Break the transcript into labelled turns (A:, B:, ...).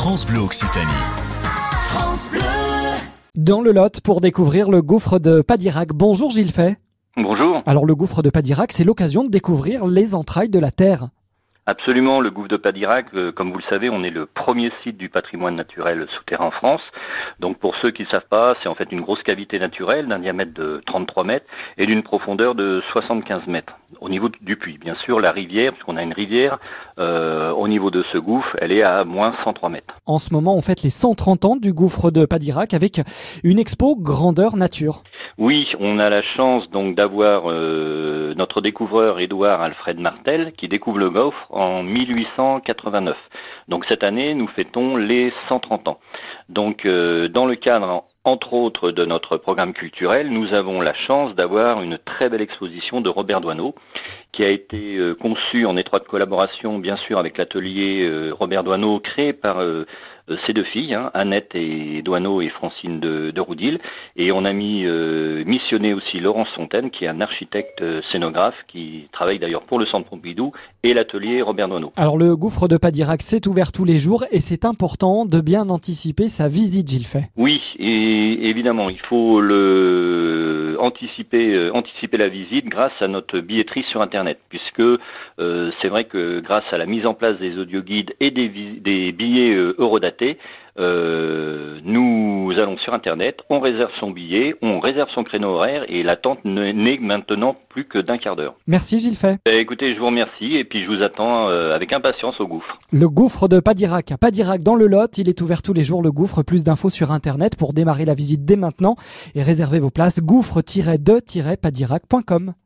A: France Bleu Occitanie. France Bleu.
B: Dans le Lot pour découvrir le gouffre de Padirac. Bonjour Gilles Fay.
C: Bonjour.
B: Alors le gouffre de Padirac, c'est l'occasion de découvrir les entrailles de la Terre.
C: Absolument, le gouffre de Padirac, comme vous le savez, on est le premier site du patrimoine naturel souterrain en France. Donc pour ceux qui ne savent pas, c'est en fait une grosse cavité naturelle d'un diamètre de 33 mètres et d'une profondeur de 75 mètres. Au niveau du puits, bien sûr, la rivière, puisqu'on a une rivière, au niveau de ce gouffre, elle est à moins 103 mètres.
B: En ce moment, on fête les 130 ans du gouffre de Padirac avec une expo grandeur nature.
C: Oui, on a la chance donc d'avoir notre découvreur Édouard Alfred Martel qui découvre le gouffre en 1889. Donc cette année, nous fêtons les 130 ans. Donc dans le cadre, entre autres, de notre programme culturel, nous avons la chance d'avoir une très belle exposition de Robert Doisneau qui a été conçue en étroite collaboration, bien sûr, avec l'atelier Robert Doisneau créé par ses deux filles, Annette et Doisneau et Francine de Roudil. Et on a missionné aussi Laurence Fontaine, qui est un architecte scénographe qui travaille d'ailleurs pour le Centre Pompidou et l'atelier Robert Doisneau.
B: Alors le gouffre de Padirac, c'est ouvert tous les jours et c'est important de bien anticiper sa visite, Gilles Fay.
C: Oui, et évidemment, il faut anticiper la visite grâce à notre billetterie sur Internet, puisque c'est vrai que grâce à la mise en place des audioguides et des billets horodatés, nous allons sur Internet, on réserve son billet, on réserve son créneau horaire et l'attente n'est maintenant plus que d'un quart d'heure.
B: Merci Gilles Fay.
C: Écoutez, je vous remercie et puis je vous attends avec impatience au gouffre.
B: Le gouffre de Padirac à Padirac dans le Lot, il est ouvert tous les jours le gouffre. Plus d'infos sur Internet pour démarrer la visite dès maintenant et réserver vos places gouffre-de-padirac.com.